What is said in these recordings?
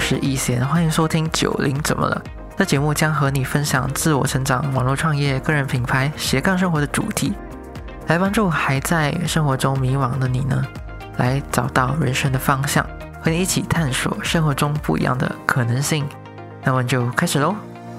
是易贤，欢迎收听90怎么了。这节目将和你分享自我成长、网络创业、个人品牌、斜杠生活的主题，来帮助还在生活中迷惘的你呢，来找到人生的方向，和你一起探索生活中不一样的可能性。那我们就开始咯。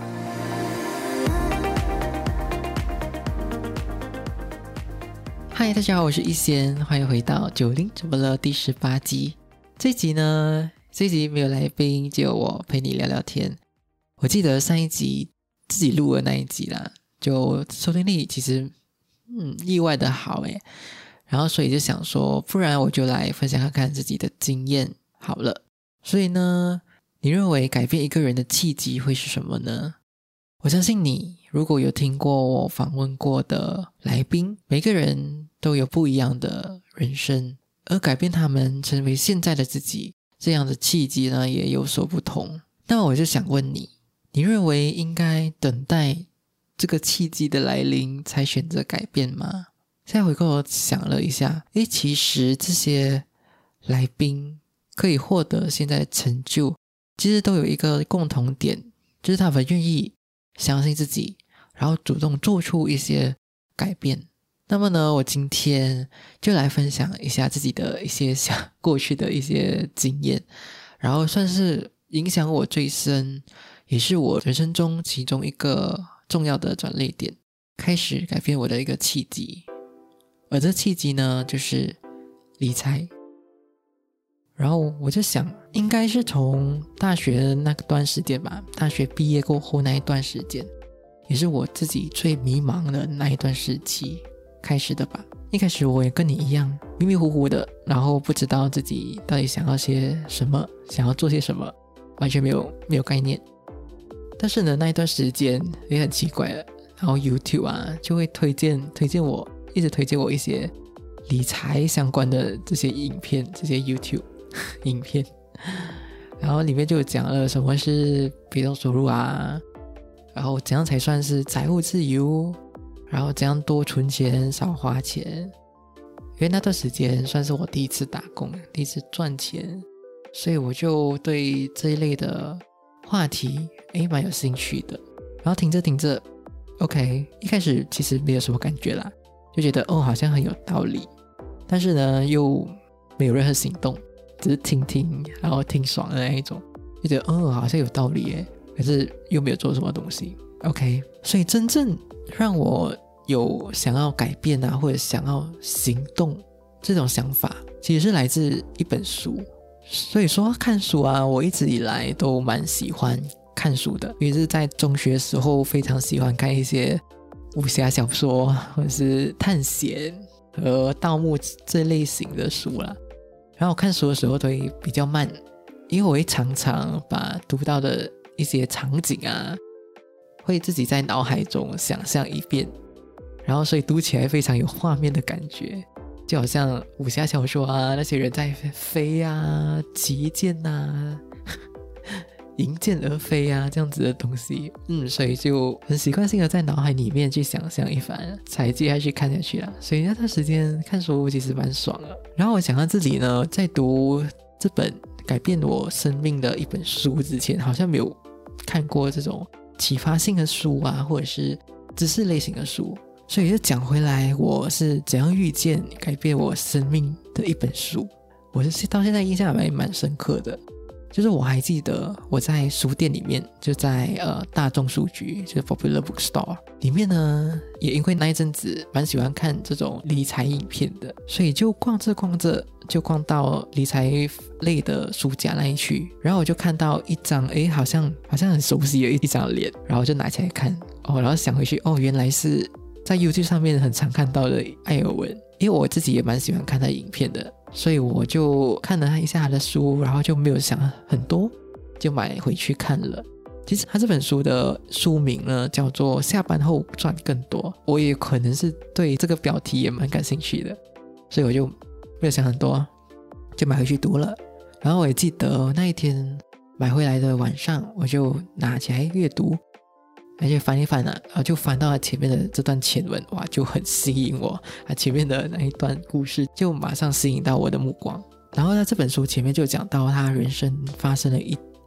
嗨，大家好，我是易贤，欢迎回到90怎么了第18集。这集没有来宾，只有我陪你聊聊天。我记得上一集自己录的那一集啦，就收听率其实意外的好诶，然后所以就想说，不然我就来分享看看自己的经验好了。所以呢，你认为改变一个人的契机会是什么呢？我相信你如果有听过我访问过的来宾，每个人都有不一样的人生，而改变他们成为现在的自己，这样的契机呢也有所不同。那么我就想问你，你认为应该等待这个契机的来临才选择改变吗？现在回过头想了一下，其实这些来宾可以获得现在的成就，其实都有一个共同点，就是他们愿意相信自己，然后主动做出一些改变。那么呢，我今天就来分享一下自己的一些过去的一些经验，然后算是影响我最深，也是我人生中其中一个重要的转捩点，开始改变我的一个契机。而这契机呢，就是理财。然后我就想，应该是从大学那段时间吧，大学毕业过后那一段时间，也是我自己最迷茫的那一段时期开始的吧。一开始我也跟你一样迷迷糊糊的，然后不知道自己到底想要些什么，想要做些什么，完全没有概念。但是呢，那一段时间也很奇怪了，然后 YouTube 啊就会一直推荐我一些理财相关的这些影片，这些 YouTube 影片，然后里面就有讲了什么是被动收入啊，然后怎样才算是财务自由，然后怎样多存钱少花钱。因为那段时间算是我第一次打工，第一次赚钱，所以我就对这一类的话题蛮有兴趣的。然后听着 OK， 一开始其实没有什么感觉啦，就觉得好像很有道理，但是呢又没有任何行动，只是听然后听爽的那一种，就觉得好像有道理耶，可是又没有做什么东西。 OK， 所以真正让我有想要改变啊，或者想要行动这种想法，其实是来自一本书。所以说看书啊，我一直以来都蛮喜欢看书的，因为是在中学的时候非常喜欢看一些武侠小说或者是探险和盗墓这类型的书啦。然后我看书的时候都会比较慢，因为我会常常把读到的一些场景啊会自己在脑海中想象一遍，然后所以读起来非常有画面的感觉，就好像武侠小说啊，那些人在飞啊，骑剑啊迎剑而飞啊，这样子的东西，所以就很习惯性的在脑海里面去想象一番，才接下去看下去啦。所以那段时间看书其实蛮爽的。然后我想到自己呢，在读这本改变我生命的一本书之前，好像没有看过这种启发性的书啊，或者是知识类型的书。所以就讲回来，我是怎样遇见改变我生命的一本书，我是到现在印象还蛮深刻的。就是我还记得我在书店里面，就在大众书局，就是 Popular Bookstore 里面呢，也因为那一阵子蛮喜欢看这种理财影片的，所以就逛着就逛到理财类的书架那一区，然后我就看到一张好像很熟悉的一张脸，然后就拿起来看，然后想回去，原来是在 YouTube 上面很常看到的艾尔文，因为我自己也蛮喜欢看他影片的，所以我就看了一下他的书，然后就没有想很多，就买回去看了。其实他这本书的书名呢叫做下班后赚更多，我也可能是对这个标题也蛮感兴趣的，所以我就没有想很多，就买回去读了。然后我也记得那一天买回来的晚上，我就拿起来阅读，而且翻一翻然后就翻到他前面的这段前文，哇，就很吸引我，他前面的那一段故事就马上吸引到我的目光。然后在这本书前面就讲到他人生发生了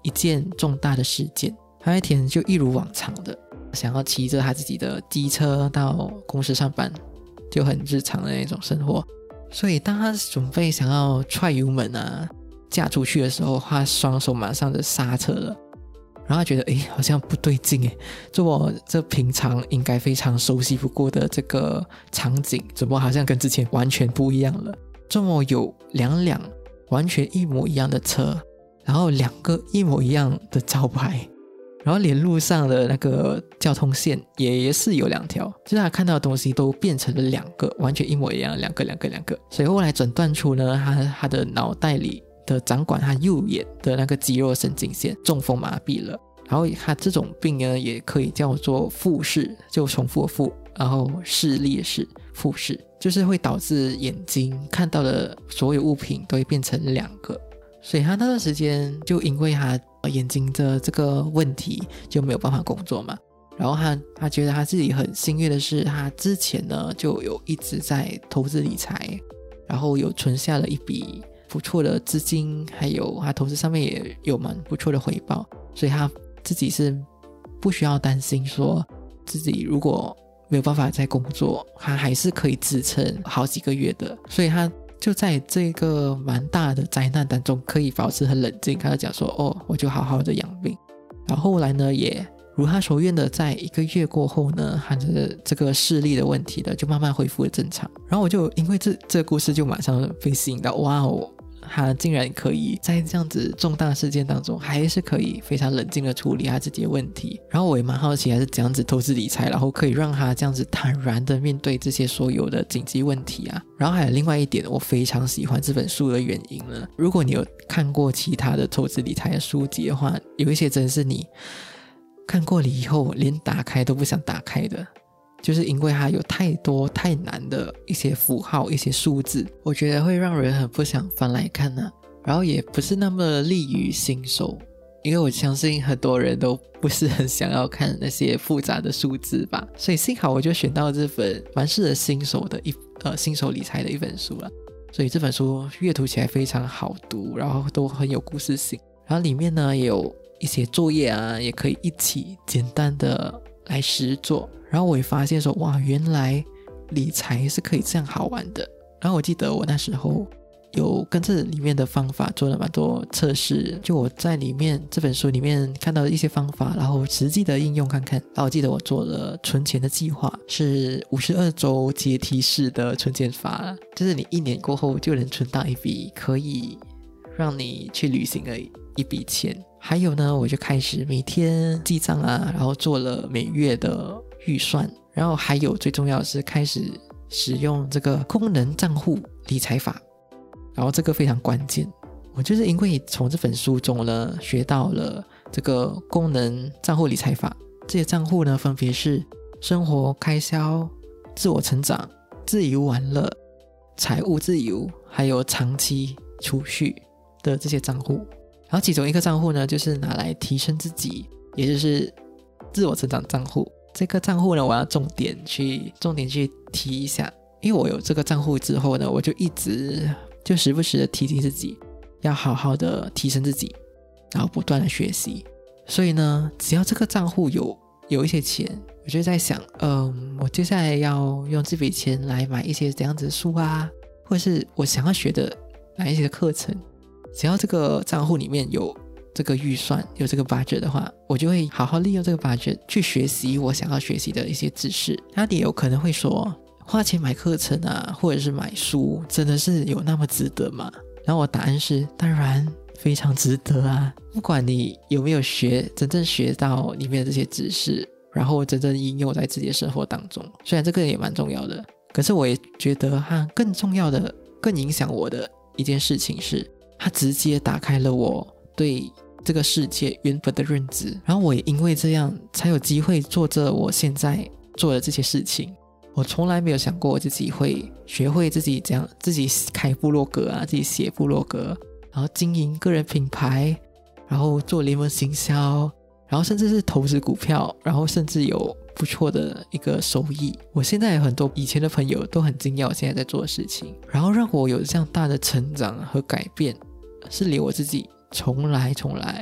一件重大的事件，他那天就一如往常的想要骑着他自己的机车到公司上班，就很日常的那种生活。所以当他准备想要踹油门啊驾出去的时候，他双手马上的刹车了，然后他觉得好像不对劲就我这平常应该非常熟悉不过的这个场景，怎么好像跟之前完全不一样了？这么有两辆完全一模一样的车，然后两个一模一样的招牌，然后连路上的那个交通线也是有2条，就是他看到的东西都变成了2个完全一模一样，两个。所以后来诊断出呢，他的脑袋里的掌管他右眼的那个肌肉神经线中风麻痹了。然后他这种病呢也可以叫做复视，就重复的复，然后视力的视，复视，就是会导致眼睛看到的所有物品都会变成2个。所以他那段时间就因为他眼睛的这个问题就没有办法工作嘛。然后他觉得他自己很幸运的是，他之前呢就有一直在投资理财，然后有存下了一笔不错的资金，还有他投资上面也有蛮不错的回报，所以他自己是不需要担心说自己如果没有办法再工作，他还是可以支撑好几个月的。所以他就在这个蛮大的灾难当中可以保持很冷静，他就讲说我就好好的养病。然后后来呢也如他所愿的在1个月过后呢，他的这个视力的问题呢就慢慢恢复了正常。然后我就因为这个故事就马上被吸引到，他竟然可以在这样子重大事件当中还是可以非常冷静的处理他自己的问题。然后我也蛮好奇他是怎样子投资理财，然后可以让他这样子坦然的面对这些所有的紧急问题啊。然后还有另外一点我非常喜欢这本书的原因呢，如果你有看过其他的投资理财的书籍的话，有一些真是你看过了以后连打开都不想打开的，就是因为它有太多太难的一些符号一些数字，我觉得会让人很不想翻来看啊。然后也不是那么利于新手，因为我相信很多人都不是很想要看那些复杂的数字吧。所以幸好我就选到这本蛮适合新手的新手理财的一本书了。所以这本书阅读起来非常好读，然后都很有故事性，然后里面呢也有一些作业啊，也可以一起简单的来实做。然后我也发现说哇，原来理财是可以这样好玩的。然后我记得我那时候有跟这里面的方法做了蛮多测试，就我在里面这本书里面看到的一些方法，然后实际的应用看看。然后我记得我做了存钱的计划，是52周阶梯式的存钱法，就是你1年过后就能存到一笔可以让你去旅行的一笔钱。还有呢，我就开始每天记账啊，然后做了每月的预算。然后还有最重要的是开始使用这个功能账户理财法，然后这个非常关键。我就是因为从这本书中呢学到了这个功能账户理财法，这些账户呢分别是生活开销、自我成长、自由玩乐、财务自由，还有长期储蓄的这些账户。然后其中一个账户呢就是拿来提升自己，也就是自我成长账户。这个账户呢我要重点去提一下，因为我有这个账户之后呢，我就一直就时不时的提醒自己要好好的提升自己，然后不断的学习。所以呢只要这个账户有一些钱，我就在想我接下来要用这笔钱来买一些怎样子的书啊，或者是我想要学的哪一些课程，只要这个账户里面有这个预算，有这个 budget 的话，我就会好好利用这个 budget 去学习我想要学习的一些知识。那你有可能会说，花钱买课程啊，或者是买书，真的是有那么值得吗？然后我答案是当然非常值得啊。不管你有没有真正学到里面的这些知识，然后真正应用在自己的生活当中，虽然这个也蛮重要的，可是我也觉得更重要的更影响我的一件事情是，它直接打开了我对这个世界原本的认知。然后我也因为这样才有机会做着我现在做的这些事情。我从来没有想过我自己会学会自己开部落格啊，自己写部落格，然后经营个人品牌，然后做联盟行销，然后甚至是投资股票，然后甚至有不错的一个收益。我现在有很多以前的朋友都很惊讶我现在在做的事情，然后让我有这样大的成长和改变，是连我自己从来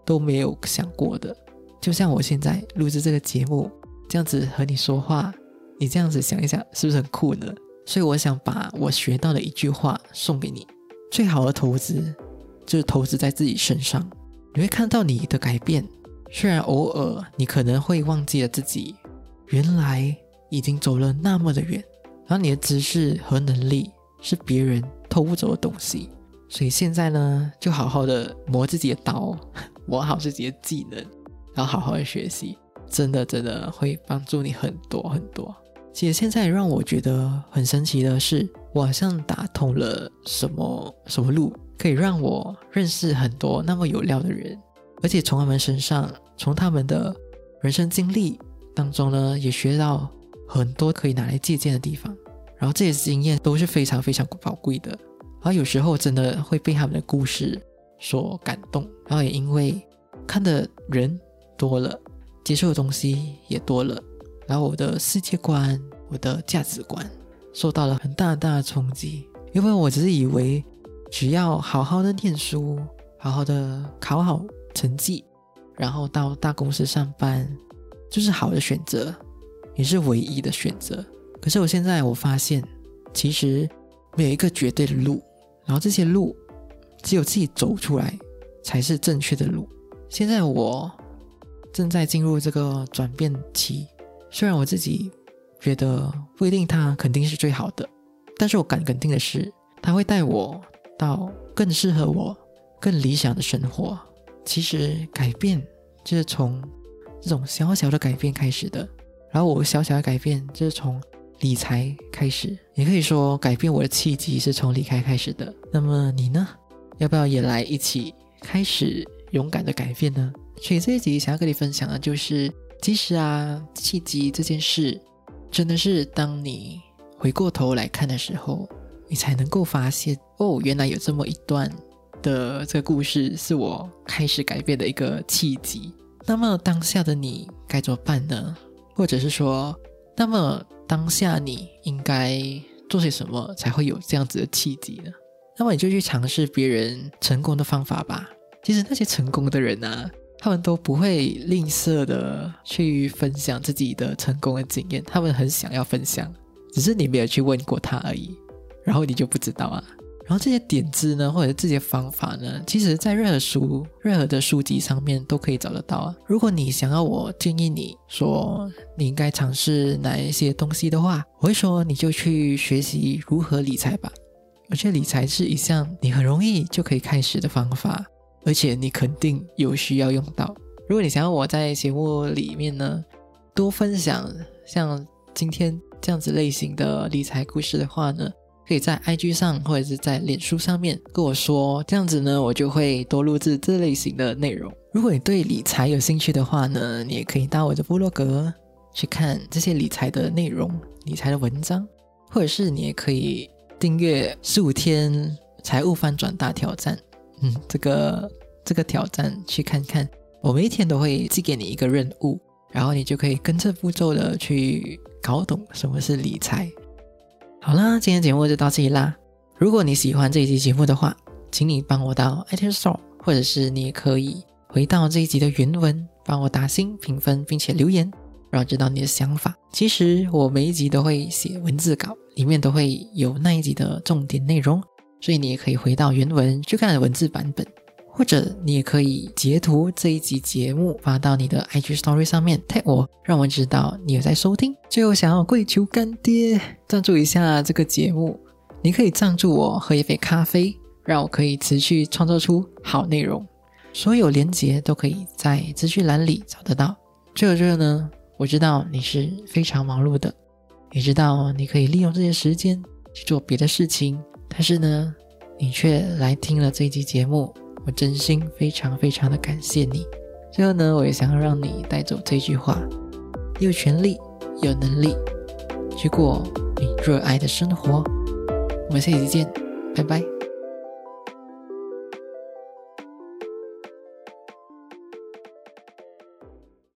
都没有想过的。就像我现在录制这个节目，这样子和你说话，你这样子想一想，是不是很酷呢？所以我想把我学到的一句话送给你：最好的投资就是投资在自己身上。你会看到你的改变，虽然偶尔你可能会忘记了自己原来已经走了那么的远，然后你的知识和能力是别人偷不走的东西。所以现在呢，就好好的磨自己的刀，磨好自己的技能，然后好好的学习，真的会帮助你很多很多。其实现在让我觉得很神奇的是，我好像打通了什么路，可以让我认识很多那么有料的人，而且从他们身上，从他们的人生经历当中呢，也学到很多可以拿来借鉴的地方。然后这些经验都是非常非常宝贵的，然后有时候真的会被他们的故事所感动，然后也因为看的人多了，接受的东西也多了，然后我的世界观，我的价值观受到了很大的冲击。因为我只是以为只要好好的念书，好好的考好成绩，然后到大公司上班就是好的选择，也是唯一的选择。可是我发现其实没有一个绝对的路，然后这些路只有自己走出来才是正确的路。现在我正在进入这个转变期，虽然我自己觉得不一定它肯定是最好的，但是我敢肯定的是，它会带我到更适合我、更理想的生活。其实改变就是从这种小小的改变开始的，然后我小小的改变就是从理财开始，也可以说改变我的契机是从离开开始的。那么你呢？要不要也来一起开始勇敢的改变呢？所以这一集想要跟你分享的就是，其实契机这件事真的是当你回过头来看的时候，你才能够发现，原来有这么一段的这个故事是我开始改变的一个契机。那么当下的你该怎么办呢？或者是说，那么当下你应该做些什么才会有这样子的契机呢？那么你就去尝试别人成功的方法吧。其实那些成功的人他们都不会吝啬的去分享自己的成功的经验，他们很想要分享，只是你没有去问过他而已，然后你就不知道然后这些点子呢，或者这些方法呢，其实在任何的书籍上面都可以找得到如果你想要我建议你说你应该尝试哪一些东西的话，我会说你就去学习如何理财吧。我觉得理财是一项你很容易就可以开始的方法，而且你肯定有需要用到。如果你想要我在节目里面呢多分享像今天这样子类型的理财故事的话呢，可以在 IG 上或者是在脸书上面跟我说，这样子呢我就会多录制这类型的内容。如果你对理财有兴趣的话呢，你也可以到我的部落格去看这些理财的内容、理财的文章，或者是你也可以订阅15天财务翻转大挑战。这个挑战去看看，我每一天都会寄给你一个任务，然后你就可以跟着步骤的去搞懂什么是理财。好啦，今天节目就到这里啦。如果你喜欢这一集节目的话，请你帮我到 iTunes Store， 或者是你也可以回到这一集的原文，帮我打星评分并且留言，让我知道你的想法。其实我每一集都会写文字稿，里面都会有那一集的重点内容，所以你也可以回到原文去看文字版本，或者你也可以截图这一集节目发到你的 IG Story 上面 tag 我，让我知道你有在收听。最后想要跪求干爹赞助一下这个节目，你可以赞助我喝一杯咖啡，让我可以持续创造出好内容。所有连结都可以在资讯栏里找得到。最后呢，我知道你是非常忙碌的，也知道你可以利用这些时间去做别的事情，但是呢你却来听了这一集节目，我真心非常非常的感谢你。最后呢，我也想要让你带走这句话：有权利有能力去过你热爱的生活。我们下期见，拜拜。